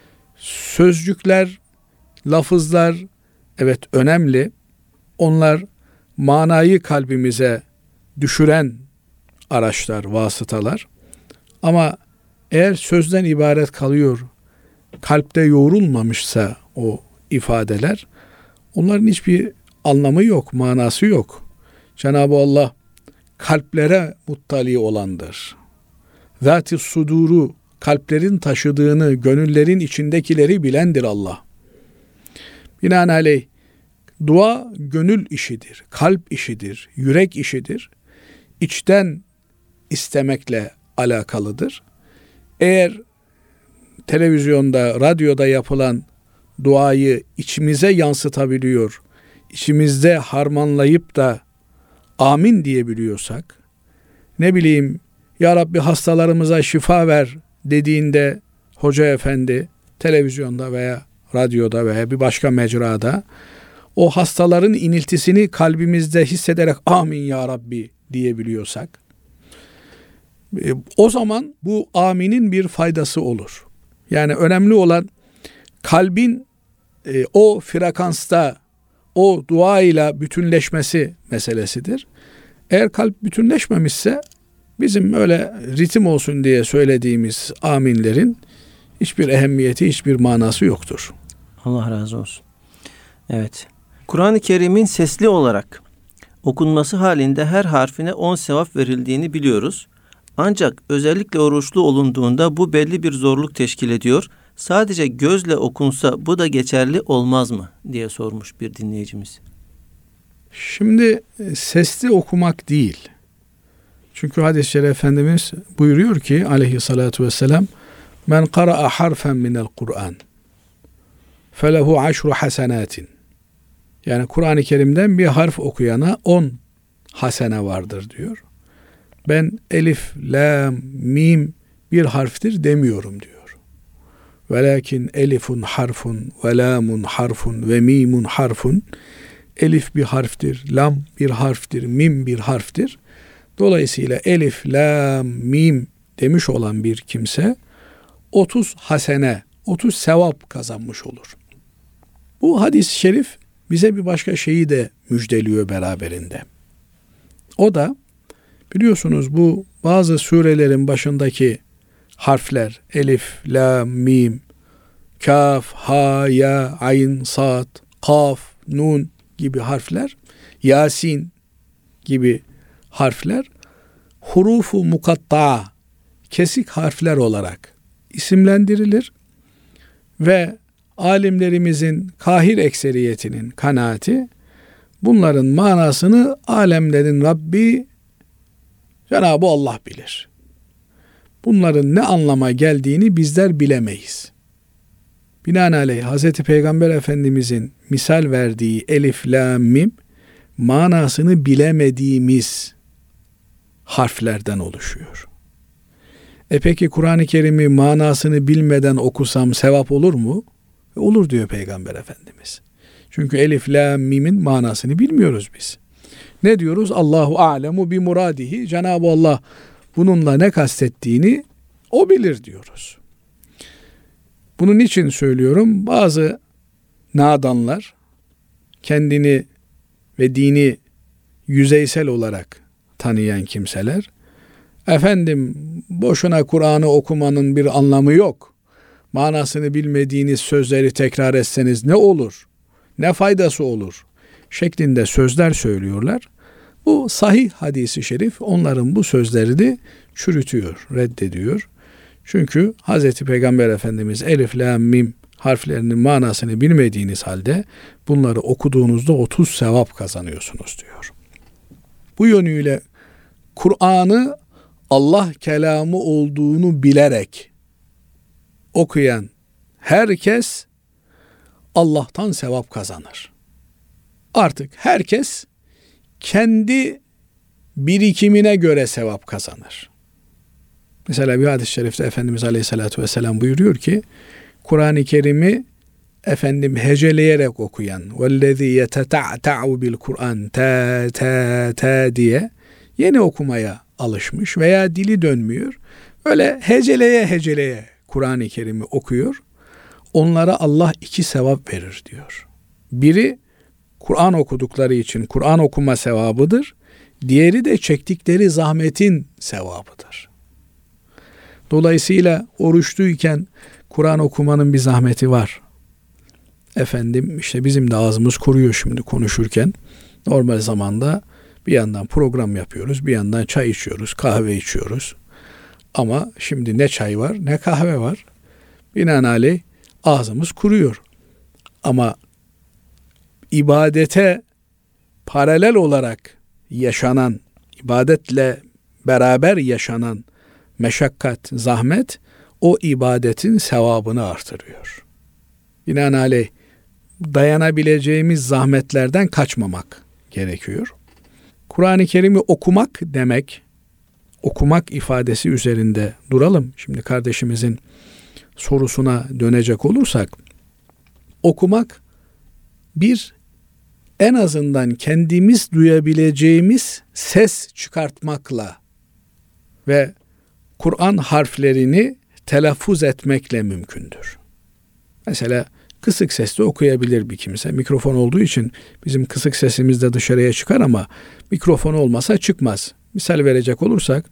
Sözcükler, lafızlar evet önemli. Onlar manayı kalbimize düşüren araçlar, vasıtalar. Ama eğer sözden ibaret kalıyor, kalpte yoğrulmamışsa o ifadeler, onların hiçbir anlamı yok, manası yok. Cenab-ı Allah kalplere muttali olandır. Zat-ı suduru, kalplerin taşıdığını, gönüllerin içindekileri bilendir Allah. Binaenaleyh dua gönül işidir, kalp işidir, yürek işidir. İçten istemekle alakalıdır. Eğer televizyonda, radyoda yapılan duayı içimize yansıtabiliyor, içimizde harmanlayıp da amin diyebiliyorsak, ne bileyim, ya Rabbi hastalarımıza şifa ver dediğinde hoca efendi televizyonda veya radyoda veya bir başka mecrada o hastaların iniltisini kalbimizde hissederek amin ya Rabbi diyebiliyorsak, o zaman bu aminin bir faydası olur. Yani önemli olan kalbin o frekansta, o duayla bütünleşmesi meselesidir. Eğer kalp bütünleşmemişse bizim öyle ritim olsun diye söylediğimiz aminlerin hiçbir ehemmiyeti, hiçbir manası yoktur. Allah razı olsun. Evet. Kur'an-ı Kerim'in sesli olarak okunması halinde her harfine 10 sevap verildiğini biliyoruz. Ancak özellikle oruçlu olunduğunda bu belli bir zorluk teşkil ediyor. Sadece gözle okunsa bu da geçerli olmaz mı diye sormuş bir dinleyicimiz. Şimdi sesli okumak değil. Çünkü hadis-i şerif Efendimiz buyuruyor ki aleyhissalatu vesselam, men qara'a harfen minel Kur'an felehu aşru hasenatin. Yani Kur'an-ı Kerim'den bir harf okuyana 10 hasene vardır diyor. Ben elif, lam, mim bir harftir demiyorum diyor. Velakin elifun harfun ve lamun harfun ve mimun harfun. Elif bir harftir, lam bir harftir, mim bir harftir. Dolayısıyla elif, lam, mim demiş olan bir kimse 30 hasene, 30 sevap kazanmış olur. Bu hadis-i şerif bize bir başka şeyi de müjdeliyor beraberinde. O da biliyorsunuz bu bazı surelerin başındaki harfler elif, lam, mim, kaf, ha, ya, ayn, sad, kaf, nun gibi harfler, Yasin gibi harfler hurufu mukatta'a, kesik harfler olarak isimlendirilir ve alimlerimizin kahir ekseriyetinin kanaati bunların manasını alemlerin Rabbi Cenab-ı Allah bilir. Bunların ne anlama geldiğini bizler bilemeyiz. Binaenaleyh Hz. Peygamber Efendimizin misal verdiği elif, lam, mim manasını bilemediğimiz harflerden oluşuyor. Peki Kur'an-ı Kerim'i manasını bilmeden okusam sevap olur mu? Olur diyor Peygamber Efendimiz. Çünkü elif, lam, mimin manasını bilmiyoruz biz. Ne diyoruz? Allahu a'lemu bi muradihi. Cenab-ı Allah bununla ne kastettiğini o bilir diyoruz. Bunun için söylüyorum, bazı nadanlar kendini ve dini yüzeysel olarak tanıyan kimseler, efendim boşuna Kur'an'ı okumanın bir anlamı yok, manasını bilmediğiniz sözleri tekrar etseniz ne olur, ne faydası olur şeklinde sözler söylüyorlar. Bu sahih hadisi şerif onların bu sözlerini çürütüyor, reddediyor. Çünkü Hz. Peygamber Efendimiz elif, lam, mim harflerinin manasını bilmediğiniz halde bunları okuduğunuzda 30 sevap kazanıyorsunuz diyor. Bu yönüyle Kur'an'ı Allah kelamı olduğunu bilerek okuyan herkes Allah'tan sevap kazanır. Artık herkes kendi birikimine göre sevap kazanır. Mesela bir hadis-i şerifte Efendimiz Aleyhisselatü Vesselam buyuruyor ki, Kur'an-ı Kerim'i efendim heceleyerek okuyan وَالَّذ۪ي يَتَتَعْتَعُ بِالْقُرْآنِ ta ta ta diye yeni okumaya alışmış veya dili dönmüyor. Öyle heceleye heceleye Kur'an-ı Kerim'i okuyor. Onlara Allah 2 sevap verir diyor. Biri Kur'an okudukları için Kur'an okuma sevabıdır. Diğeri de çektikleri zahmetin sevabıdır. Dolayısıyla oruçluyken Kur'an okumanın bir zahmeti var. Efendim işte bizim de ağzımız kuruyor şimdi konuşurken. Normal zamanda bir yandan program yapıyoruz, bir yandan çay içiyoruz, kahve içiyoruz. Ama şimdi ne çay var ne kahve var. Binaenaleyh ağzımız kuruyor. Ama ibadete paralel olarak yaşanan, ibadetle beraber yaşanan meşakkat, zahmet o ibadetin sevabını artırıyor. Binaenaleyh dayanabileceğimiz zahmetlerden kaçmamak gerekiyor. Kur'an-ı Kerim'i okumak demek, okumak ifadesi üzerinde duralım. Şimdi kardeşimizin sorusuna dönecek olursak, okumak en azından kendimiz duyabileceğimiz ses çıkartmakla ve Kur'an harflerini telaffuz etmekle mümkündür. Mesela kısık sesle okuyabilir bir kimse. Mikrofon olduğu için bizim kısık sesimiz de dışarıya çıkar ama mikrofon olmasa çıkmaz. Misal verecek olursak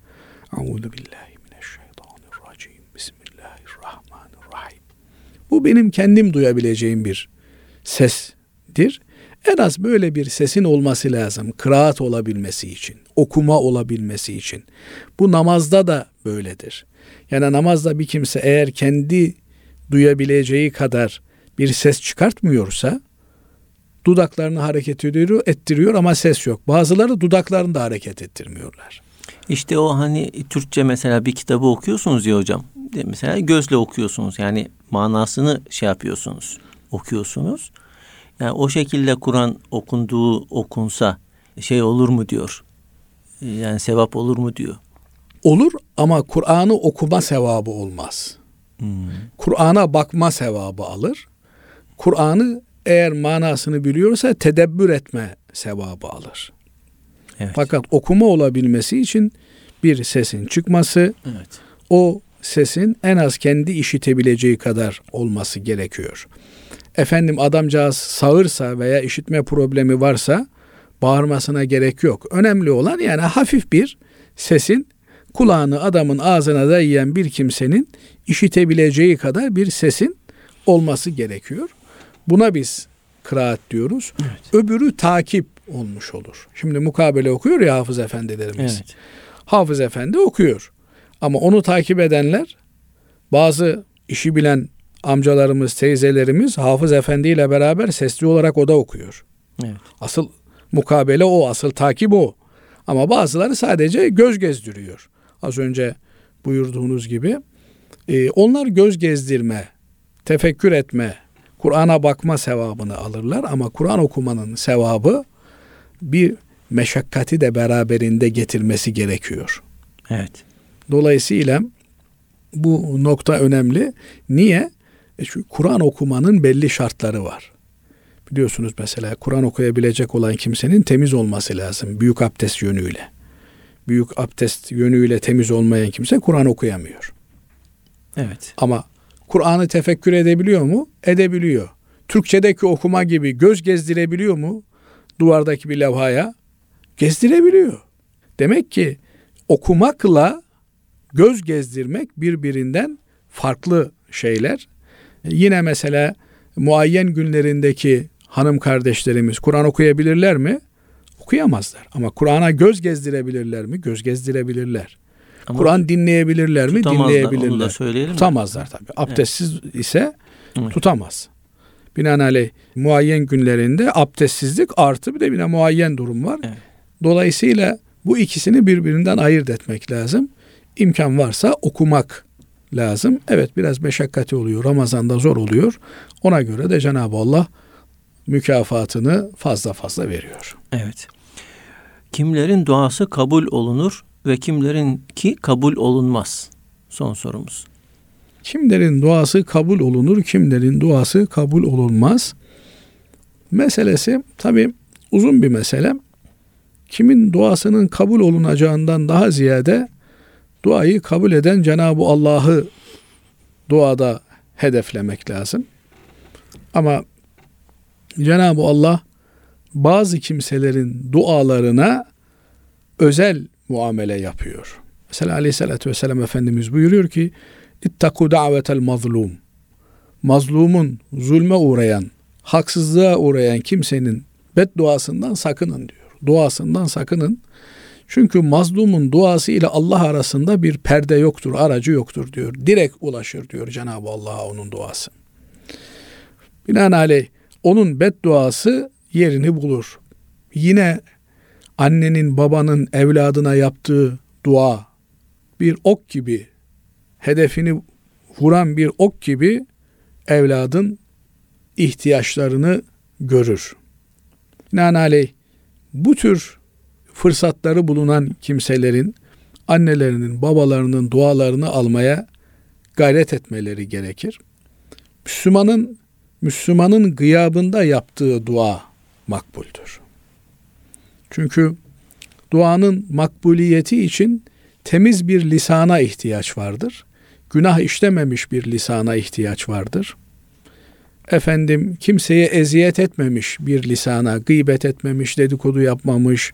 Euzubillahimineşşeytanirracim. Bismillahirrahmanirrahim. Bu benim kendim duyabileceğim bir sestir. En az böyle bir sesin olması lazım. Kıraat olabilmesi için, okuma olabilmesi için. Bu namazda da böyledir. Yani namazda bir kimse eğer kendi duyabileceği kadar bir ses çıkartmıyorsa dudaklarını hareket ettiriyor ama ses yok. Bazıları dudaklarını da hareket ettirmiyorlar. İşte o hani Türkçe mesela bir kitabı okuyorsunuz ya hocam. Mesela gözle okuyorsunuz. Yani manasını okuyorsunuz. Yani o şekilde Kur'an okunsa olur mu diyor. Yani sevap olur mu diyor. Olur ama Kur'an'ı okuma sevabı olmaz. Kur'an'a bakma sevabı alır. Kur'an'ı eğer manasını biliyorsa tedebbür etme sevabı alır. Evet. Fakat okuma olabilmesi için bir sesin çıkması, o sesin en az kendi işitebileceği kadar olması gerekiyor. Efendim adamcağız sağırsa veya işitme problemi varsa bağırmasına gerek yok. Önemli olan yani hafif bir sesin kulağını adamın ağzına dayayan bir kimsenin işitebileceği kadar bir sesin olması gerekiyor. Buna biz kıraat diyoruz. Evet. Öbürü takip olmuş olur. Şimdi mukabele okuyor ya hafız efendilerimiz. Evet. Hafız efendi okuyor. Ama onu takip edenler bazı işi bilen amcalarımız, teyzelerimiz hafız efendi ile beraber sesli olarak o da okuyor. Evet. Asıl mukabele o, asıl takip o. Ama bazıları sadece göz gezdiriyor. Az önce buyurduğunuz gibi. Onlar göz gezdirme, tefekkür etme, Kur'an'a bakma sevabını alırlar. Ama Kur'an okumanın sevabı bir meşakkati de beraberinde getirmesi gerekiyor. Evet. Dolayısıyla bu nokta önemli. Niye? Çünkü Kur'an okumanın belli şartları var. Biliyorsunuz mesela Kur'an okuyabilecek olan kimsenin temiz olması lazım. Büyük abdest yönüyle. Büyük abdest yönüyle temiz olmayan kimse Kur'an okuyamıyor. Evet. Ama Kur'an'ı tefekkür edebiliyor mu? Edebiliyor. Türkçedeki okuma gibi göz gezdirebiliyor mu? Duvardaki bir levhaya gezdirebiliyor. Demek ki okumakla göz gezdirmek birbirinden farklı şeyler. Yine mesela muayyen günlerindeki hanım kardeşlerimiz Kur'an okuyabilirler mi? Okuyamazlar. Ama Kur'an'a göz gezdirebilirler mi? Göz gezdirebilirler. Ama Kur'an dinleyebilirler mi? Dinleyebilirler. Onu da söyleyelim. Tutamazlar tabii. Abdestsiz ise tutamaz. Binaenaleyh muayyen günlerinde abdestsizlik artı bir de bir muayyen durum var. Evet. Dolayısıyla bu ikisini birbirinden ayırt etmek lazım. İmkan varsa okumak lazım. Evet biraz meşakkati oluyor. Ramazan'da zor oluyor. Ona göre de Cenab-ı Allah mükafatını fazla veriyor. Evet. Kimlerin duası kabul olunur ve kimlerinki kabul olunmaz? Son sorumuz. Kimlerin duası kabul olunur, kimlerin duası kabul olunmaz? Meselesi tabii uzun bir mesele. Kimin duasının kabul olunacağından daha ziyade duayı kabul eden Cenab-ı Allah'ı duada hedeflemek lazım. Ama Cenab-ı Allah bazı kimselerin dualarına özel muamele yapıyor. Mesela Aleyhisselatü Vesselam Efendimiz buyuruyor ki İttaku da'vetel mazlum. Mazlumun, zulme uğrayan, haksızlığa uğrayan kimsenin bedduasından sakının diyor. Duasından sakının. Çünkü mazlumun duası ile Allah arasında bir perde yoktur, aracı yoktur diyor. Direkt ulaşır diyor Cenab-ı Allah'a onun duası. Binaenaleyh onun bedduası yerini bulur. Yine annenin babanın evladına yaptığı dua bir ok gibi, hedefini vuran bir ok gibi evladın ihtiyaçlarını görür. Binaenaleyh bu tür fırsatları bulunan kimselerin annelerinin, babalarının dualarını almaya gayret etmeleri gerekir. Müslümanın gıyabında yaptığı dua makbuldür. Çünkü duanın makbuliyeti için temiz bir lisana ihtiyaç vardır. Günah işlememiş bir lisana ihtiyaç vardır. Kimseye eziyet etmemiş bir lisana, gıybet etmemiş, dedikodu yapmamış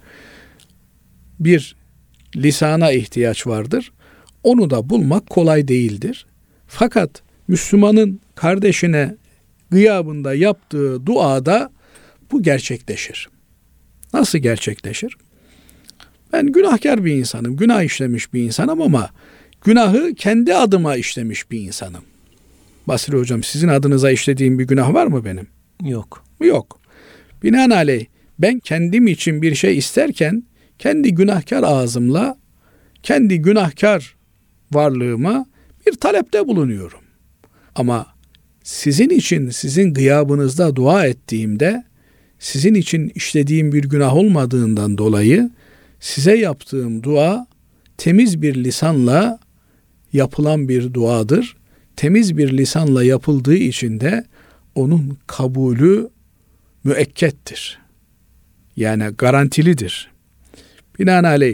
bir lisana ihtiyaç vardır. Onu da bulmak kolay değildir. Fakat Müslümanın kardeşine gıyabında yaptığı duada bu gerçekleşir. Nasıl gerçekleşir? Ben günahkar bir insanım, günah işlemiş bir insanım ama günahı kendi adıma işlemiş bir insanım. Basri hocam, sizin adınıza işlediğim bir günah var mı benim? Yok. Yok. Binaenaleyh ben kendim için bir şey isterken kendi günahkar ağzımla, kendi günahkar varlığıma bir talepte bulunuyorum. Ama sizin için, sizin gıyabınızda dua ettiğimde, sizin için işlediğim bir günah olmadığından dolayı size yaptığım dua temiz bir lisanla yapılan bir duadır. Temiz bir lisanla yapıldığı için de onun kabulü müekkettir. Yani garantilidir. Binaenaleyh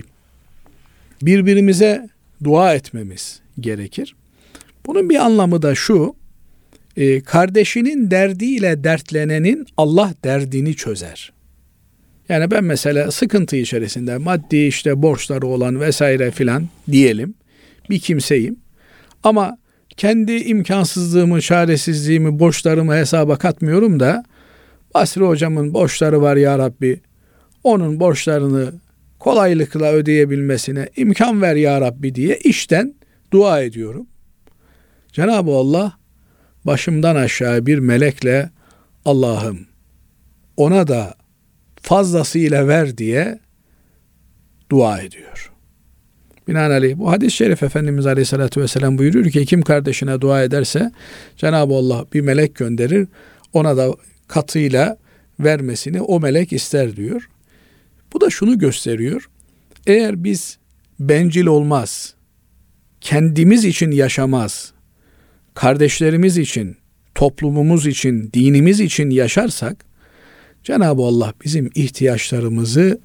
birbirimize dua etmemiz gerekir. Bunun bir anlamı da şu: kardeşinin derdiyle dertlenenin Allah derdini çözer. Yani ben mesela sıkıntı içerisinde, maddi borçları olan vesaire filan diyelim bir kimseyim. Ama kendi imkansızlığımı, çaresizliğimi, borçlarımı hesaba katmıyorum da Basri hocamın borçları var ya Rabbi, onun borçlarını kolaylıkla ödeyebilmesine imkan ver ya Rabbi diye içten dua ediyorum. Cenab-ı Allah başımdan aşağı bir melekle Allah'ım ona da fazlasıyla ver diye dua ediyor. Binaenaleyh bu hadis-i şerif Efendimiz Aleyhisselatü Vesselam buyuruyor ki kim kardeşine dua ederse Cenab-ı Allah bir melek gönderir, ona da katıyla vermesini o melek ister diyor. Bu da şunu gösteriyor: eğer biz bencil olmaz, kendimiz için yaşamaz, kardeşlerimiz için, toplumumuz için, dinimiz için yaşarsak Cenab-ı Allah bizim ihtiyaçlarımızı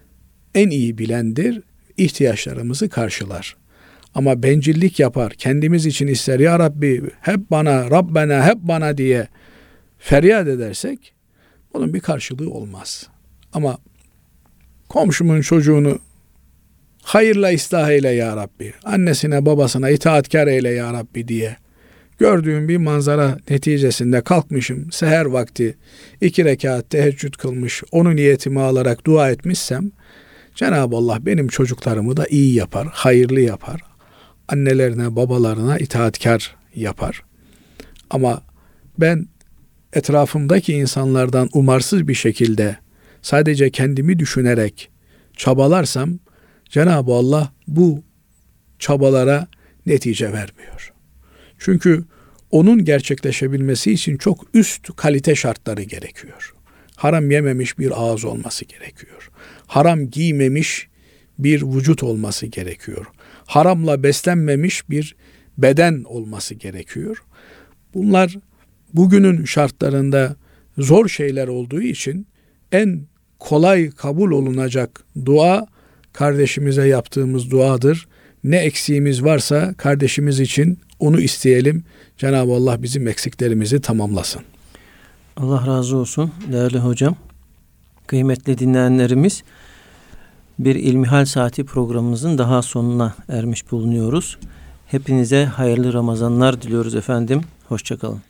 en iyi bilendir, ihtiyaçlarımızı karşılar. Ama bencillik yapar, kendimiz için ister, ya Rabbi hep bana, Rabbena hep bana diye feryat edersek bunun bir karşılığı olmaz. Ama komşumun çocuğunu hayırla ıslah eyle ya Rabbi, annesine babasına itaatkar eyle ya Rabbi diye gördüğüm bir manzara neticesinde kalkmışım, seher vakti 2 rekat teheccüd kılmış, onu niyetimi alarak dua etmişsem Cenab-ı Allah benim çocuklarımı da iyi yapar, hayırlı yapar, annelerine babalarına itaatkar yapar. Ama ben etrafımdaki insanlardan umarsız bir şekilde sadece kendimi düşünerek çabalarsam Cenab-ı Allah bu çabalara netice vermiyor. Çünkü onun gerçekleşebilmesi için çok üst kalite şartları gerekiyor. Haram yememiş bir ağız olması gerekiyor. Haram giymemiş bir vücut olması gerekiyor. Haramla beslenmemiş bir beden olması gerekiyor. Bunlar bugünün şartlarında zor şeyler olduğu için en kolay kabul olunacak dua kardeşimize yaptığımız duadır. Ne eksiğimiz varsa kardeşimiz için onu isteyelim. Cenab-ı Allah bizim eksiklerimizi tamamlasın. Allah razı olsun değerli hocam. Kıymetli dinleyenlerimiz, bir İlmihal Saati programımızın daha sonuna ermiş bulunuyoruz. Hepinize hayırlı Ramazanlar diliyoruz efendim. Hoşça kalın.